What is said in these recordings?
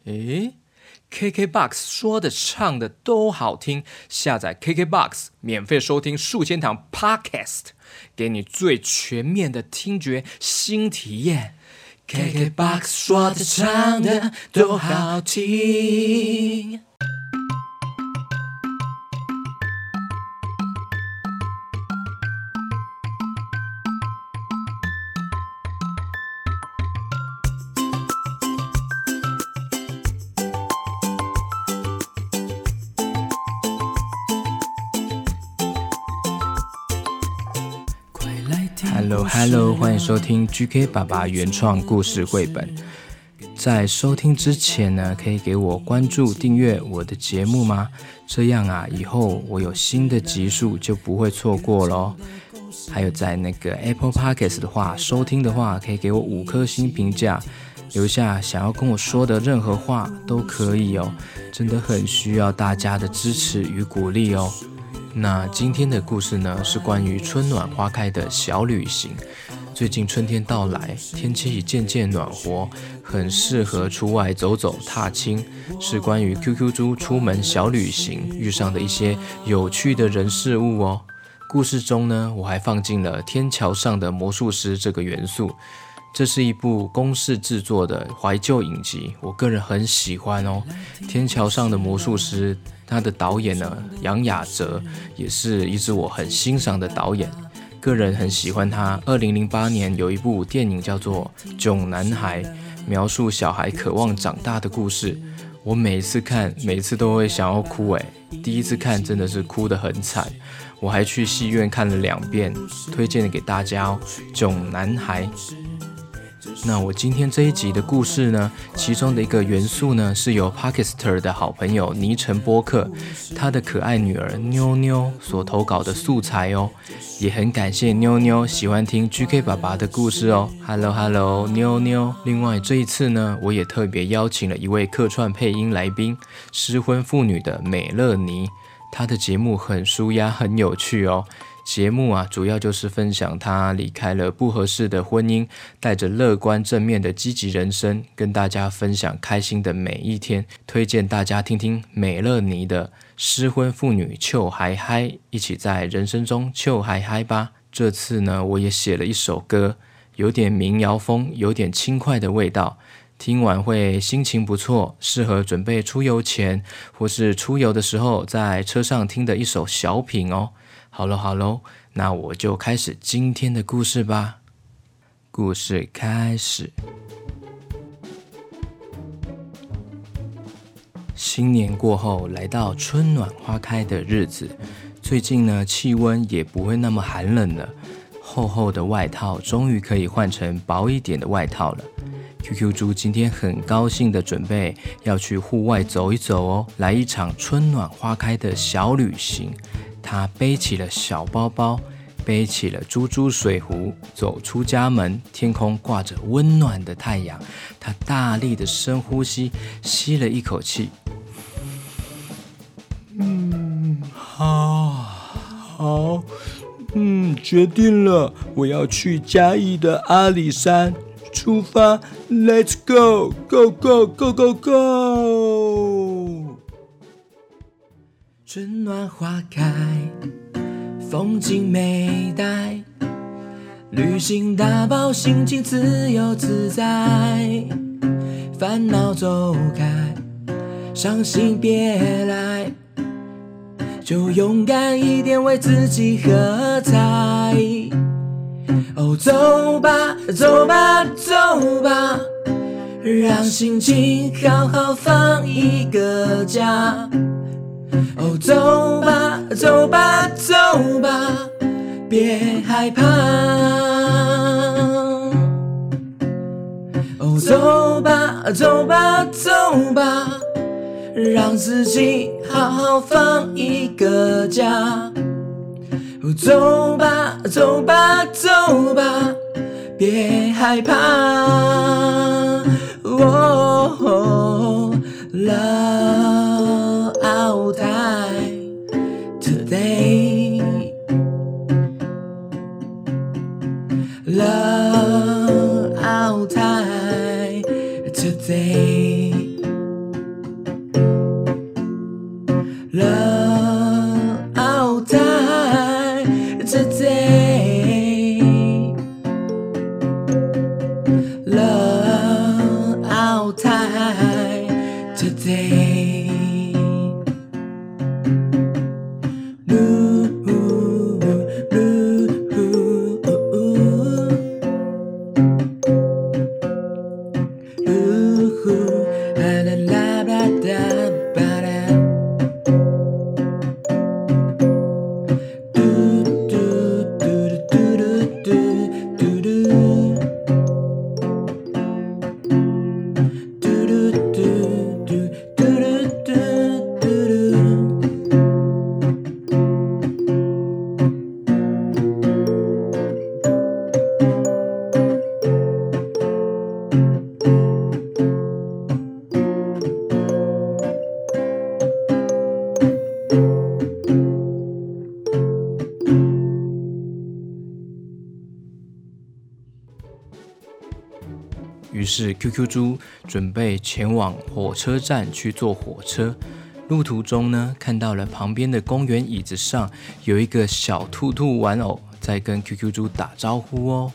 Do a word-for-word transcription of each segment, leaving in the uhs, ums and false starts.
诶 K K B O X 说的唱的都好听，下载 K K B O X 免费收听数千堂 Podcast， 给你最全面的听觉新体验。K K B O X 说的唱的都好听。Hello Hello， 欢迎收听 G K 爸爸原创故事绘本。在收听之前呢，可以给我关注订阅我的节目吗？这样啊，以后我有新的集数就不会错过咯。还有在那个 Apple Podcast 的话，收听的话可以给我五颗星评价，留下想要跟我说的任何话都可以哦，真的很需要大家的支持与鼓励哦。那今天的故事呢，是关于春暖花开的小旅行。最近春天到来，天气渐渐暖和，很适合出外走走踏青，是关于 Q Q 猪出门小旅行遇上的一些有趣的人事物哦。故事中呢，我还放进了天桥上的魔术师这个元素。这是一部公视制作的怀旧影集，我个人很喜欢哦。天桥上的魔术师，他的导演呢，杨雅哲，也是一直我很欣赏的导演，个人很喜欢他。二零零八年有一部电影叫做《囧男孩》，描述小孩渴望长大的故事。我每次看，每次都会想要哭诶，第一次看真的是哭得很惨，我还去戏院看了两遍，推荐给大家哦，《囧男孩》。那我今天这一集的故事呢，其中的一个元素呢，是由 Podcaster 的好朋友倪晨播客，他的可爱女儿妞妞所投稿的素材哦，也很感谢妞妞喜欢听 G K 爸爸的故事哦。Hello Hello 妞妞。另外这一次呢，我也特别邀请了一位客串配音来宾，失婚妇女的美乐妮，她的节目很舒压，很有趣哦。节目啊，主要就是分享他离开了不合适的婚姻，带着乐观正面的积极人生，跟大家分享开心的每一天。推荐大家听听美乐妮的失婚妇女秋嗨嗨，一起在人生中秋嗨嗨吧。这次呢，我也写了一首歌，有点民谣风，有点轻快的味道，听完会心情不错，适合准备出游前或是出游的时候在车上听的一首小品哦。好咯好咯，那我就开始今天的故事吧。故事开始。新年过后，来到春暖花开的日子，最近呢，气温也不会那么寒冷了，厚厚的外套终于可以换成薄一点的外套了。Q Q 猪今天很高兴的准备要去户外走一走哦，来一场春暖花开的小旅行。他背起了小包包，背起了猪猪水壶，走出家门，天空挂着温暖的太阳。他大力的深呼吸，吸了一口气，嗯，好，好，嗯，决定了，我要去嘉义的阿里山，出发 ，Let's go， go go go go go。春暖花开，风景美呆，旅行打包，心情自由自在，烦恼走开，伤心别来，就勇敢一点，为自己喝彩。哦，走吧走吧走吧，让心情好好放一个假。哦，走吧走吧走吧，别害怕。哦，走吧走吧走吧，让自己好好放一个假。哦，走吧走吧走吧，别害怕。哦 Love out time today, Love out time today。 fly today. Ooh, ooh, ooh, ooh, ooh. Ooh, la la la da ba da. Do do do do do do do. Do do do do do do do do. 于是 Q Q 猪准备前往火车站去坐火车。路途中呢，看到了旁边的公园椅子上有一个小兔兔玩偶在跟 Q Q 猪打招呼哦。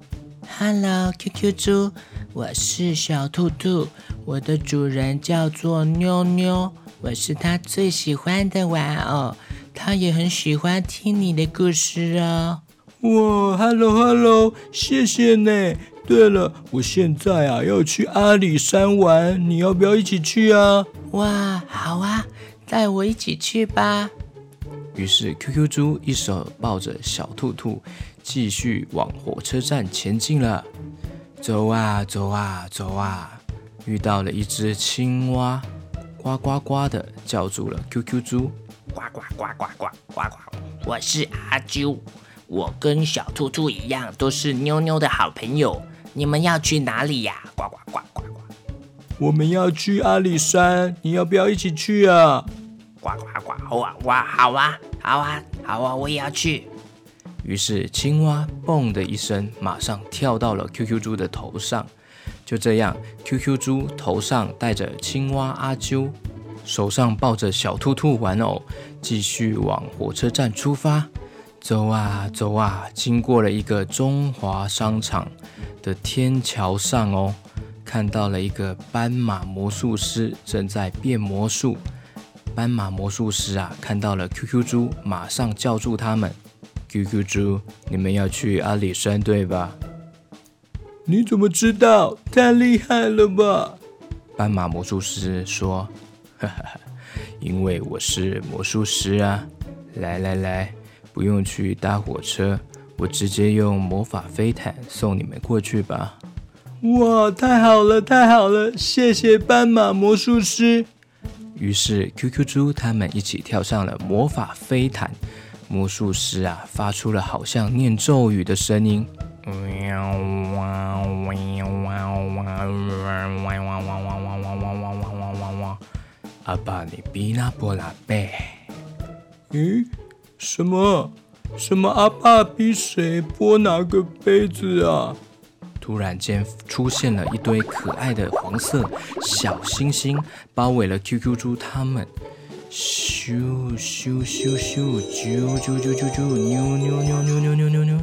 Hello Q Q 猪，我是小兔兔，我的主人叫做妞妞，我是他最喜欢的玩偶，他也很喜欢听你的故事哦。 哇 ，Hello Hello， 谢谢呢。对了，我现在啊要去阿里山玩，你要不要一起去啊？ 哇，好啊，带我一起去吧。 于是 Q Q 猪一手抱着小兔兔，继续往火车站前进了。走啊走啊走啊，遇到了一只青蛙，呱呱呱的叫住了 Q Q 猪。 呱呱呱呱呱呱呱！我是阿啾，我跟小兔兔一样，都是妞妞的好朋友。你们要去哪里呀？呱呱呱呱呱！ 我们要去阿里山，你要不要一起去啊？ 呱呱呱！好啊，哇，好啊，好啊，好啊，我也要去。 于是青蛙蹦的一声，马上跳到了 Q Q 猪的头上。就这样 ，Q Q 猪头上戴着青蛙阿啾，手上抱着小兔兔玩偶，继续往火车站出发。走啊走啊，经过了一个中华商场的天桥上哦，看到了一个斑马魔术师正在变魔术。斑马魔术师啊，看到了 Q Q 猪，马上叫住他们。Q Q 猪，你们要去阿里山对吧？你怎么知道？太厉害了吧！斑马魔术师说：“哈哈哈，因为我是魔术师啊！来来来，不用去搭火车，我直接用魔法飞毯送你们过去吧。”哇，太好了，太好了！谢谢斑马魔术师。于是 Q Q 猪他们一起跳上了魔法飞毯。魔术师啊，发出了好像念咒语的声音。阿巴尼比拉波拉贝。咦？什么？什么阿爸逼谁拨哪个杯子啊？突然间出现了一堆可爱的黄色小星星，包围了 Q Q 猪他们。咻咻咻咻，啾啾啾啾啾，扭扭扭扭扭扭扭扭。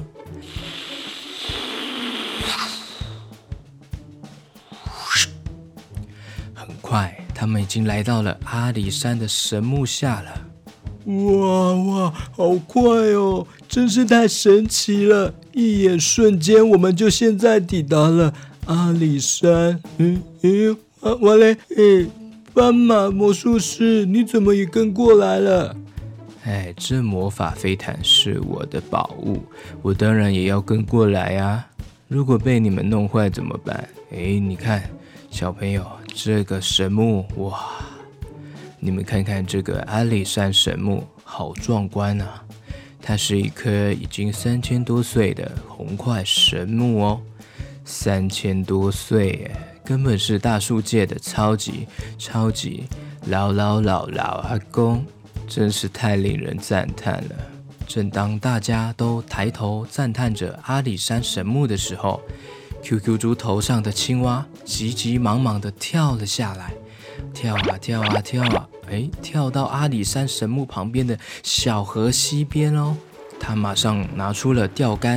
很快，他们已经来到了阿里山的神木下了。哇哇，好快哦！真是太神奇了！一眼瞬间，我们就现在抵达了阿里山。嗯嗯，啊，完嘞，诶。斑马魔术师，你怎么也跟过来了？哎，这魔法飞毯是我的宝物，我当然也要跟过来啊！如果被你们弄坏怎么办？哎，你看，小朋友，这个神木，哇！你们看看这个阿里山神木，好壮观啊！它是一棵已经三千多岁的红块神木哦，三千多岁耶！根本是大树界的超级超级老老老老阿公，真是太令人赞叹了。正当大家都抬头赞叹着阿里山神木的时候 ，Q Q 猪头上的青蛙急急忙忙地跳了下来，跳啊跳啊跳啊，哎，跳到阿里山神木旁边的小河溪边哦。他马上拿出了钓竿，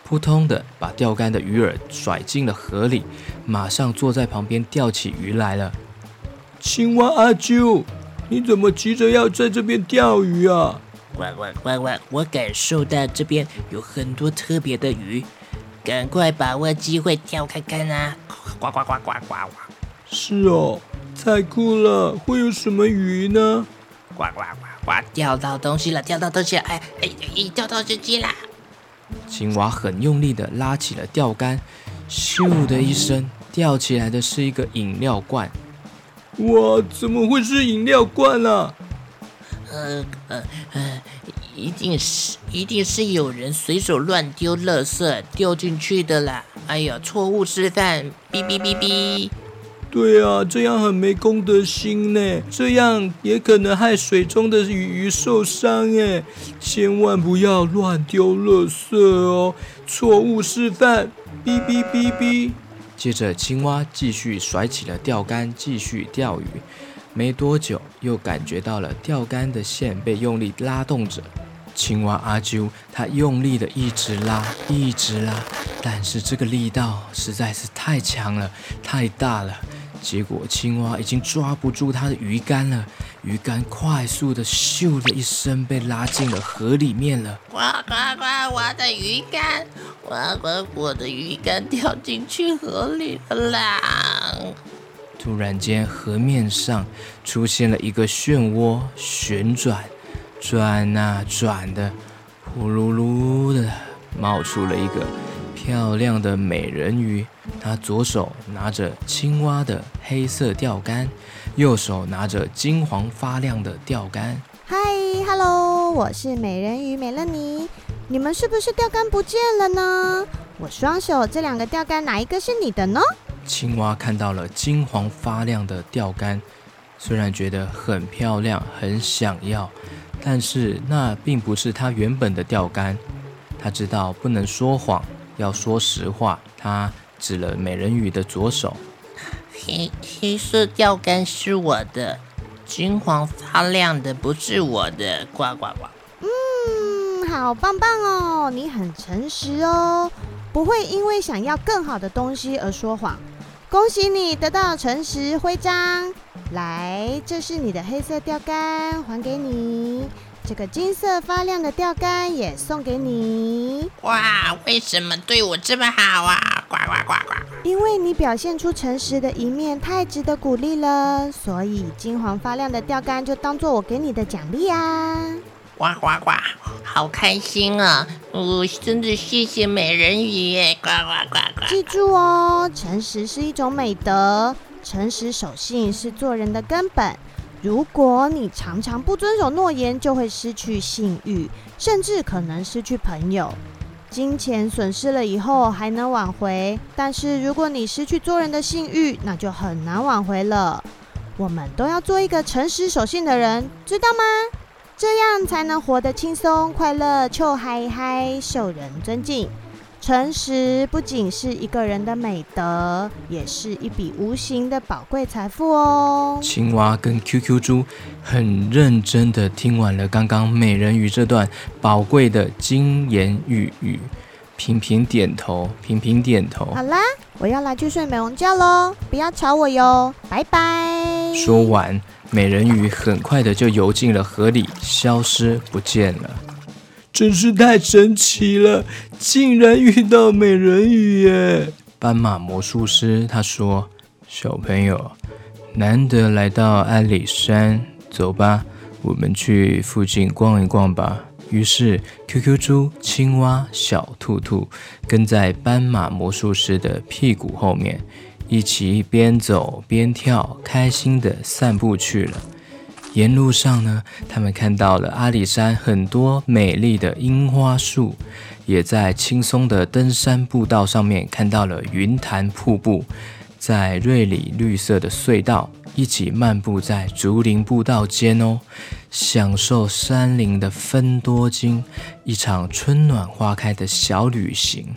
扑通的把钓竿的鱼饵甩进了河里，马上坐在旁边钓起鱼来了。 青蛙阿啾，你怎么急着要在这边钓鱼啊？ 呱呱呱呱！我感受到这边有很多特别的鱼，赶快把握机会钓看看啊！呱呱呱呱呱呱！ 是哦，太酷了！会有什么鱼呢？ 呱呱呱呱！钓到东西了，钓到东西了！哎哎哎，钓到只鸡啦！ 青蛙很用力地拉起了钓竿，咻的一声，钓起来的是一个饮料罐。 哇，怎么会是饮料罐啊？ 呃呃呃，一定是一定是有人随手乱丢垃圾丢进去的啦！哎呀，错误示范！哔哔哔哔。 对啊，这样很没公德心呢，这样也可能害水中的鱼鱼受伤耶！千万不要乱丢垃圾哦，错误示范！哔哔哔哔。 接着，青蛙继续甩起了钓竿，继续钓鱼。没多久，又感觉到了钓竿的线被用力拉动着。青蛙阿啾，他用力的一直拉，一直拉，但是这个力道实在是太强了，太大了。结果青蛙已经抓不住它的鱼竿了，鱼竿快速的咻的一声被拉进了河里面了。 呱呱呱！我的鱼竿，呱呱！我的鱼竿掉进去河里了啦！ 突然间，河面上出现了一个漩涡，旋转，转啊转的，呼噜噜的冒出了一个漂亮的美人鱼。她左手拿着青蛙的黑色钓竿，右手拿着金黄发亮的钓竿。 嗨 ，Hello， 我是美人鱼美乐妮。你们是不是钓竿不见了呢？我双手这两个钓竿哪一个是你的呢？ 青蛙看到了金黄发亮的钓竿，虽然觉得很漂亮，很想要，但是那并不是它原本的钓竿。它知道不能说谎，要说实话。它指了美人鱼的左手。 黑黑色钓竿是我的，金黄发亮的不是我的，呱呱呱。 嗯，好棒棒哦，你很诚实哦，不会因为想要更好的东西而说谎。恭喜你得到诚实徽章，来，这是你的黑色钓竿，还给你。这个金色发亮的钓竿也送给你。 哇，为什么对我这么好啊？呱呱呱呱！ 因为你表现出诚实的一面，太值得鼓励了，所以金黄发亮的钓竿就当做我给你的奖励啊！ 呱呱呱，好开心啊！哦，真的谢谢美人鱼耶！呱呱呱呱！ 记住哦，诚实是一种美德，诚实守信是做人的根本。如果你常常不遵守诺言，就会失去信誉，甚至可能失去朋友。金钱损失了以后还能挽回，但是如果你失去做人的信誉，那就很难挽回了。我们都要做一个诚实守信的人，知道吗？这样才能活得轻松快乐，笑嗨嗨，受人尊敬。诚实不仅是一个人的美德，也是一笔无形的宝贵财富哦。 青蛙跟 Q Q 猪很认真的听完了刚刚美人鱼这段宝贵的金言玉语，频频点头，频频点头。 好啦，我要来去睡美容觉咯，不要吵我哟，拜拜。 说完，美人鱼很快的就游进了河里，消失不见了。 真是太神奇了，竟然遇到美人鱼耶！ 斑马魔术师他说：“小朋友，难得来到阿里山，走吧，我们去附近逛一逛吧。”于是 Q Q 猪、青蛙、小兔兔跟在斑马魔术师的屁股后面，一起边走边跳，开心的散步去了。沿路上呢，他们看到了阿里山很多美丽的樱花树，也在轻松的登山步道上面看到了云潭瀑布，在瑞里绿色的隧道一起漫步在竹林步道间哦，享受山林的芬多精，一场春暖花开的小旅行。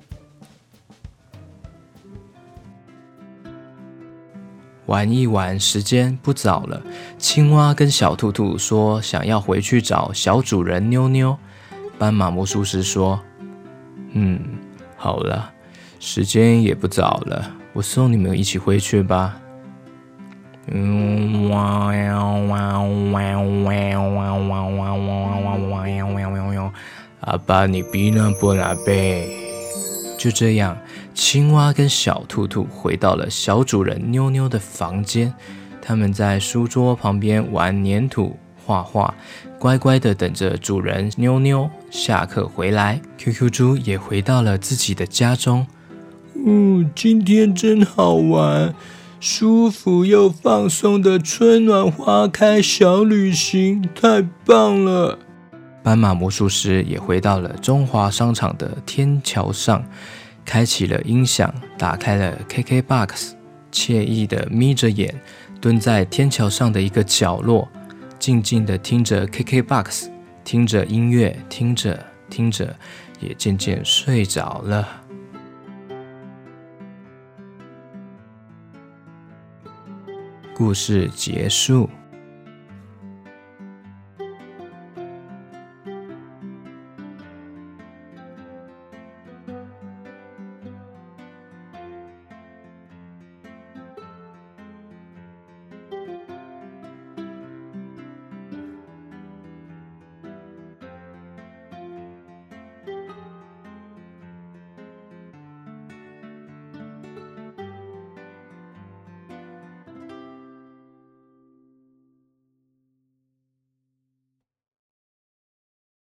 玩一玩，时间不早了。青蛙跟小兔兔说想要回去找小主人妞妞。斑马魔术师说：“ 嗯，好了，时间也不早了，我送你们一起回去吧。嗯，哇呀哇哇哇哇哇哇哇哇呀！阿爸，你逼那不拿呗？就这样，青蛙跟小兔兔回到了小主人妞妞的房间。他们在书桌旁边玩粘土、画画，乖乖的等着主人妞妞下课回来。Q Q 猪也回到了自己的家中。 嗯，今天真好玩，舒服又放松的春暖花开小旅行，太棒了！ 斑马魔术师也回到了中华商场的天桥上，开启了音响，打开了 K K B O X， 惬意的眯着眼，蹲在天桥上的一个角落，静静的听着 K K B O X， 听着音乐，听着听着，也渐渐睡着了。故事结束。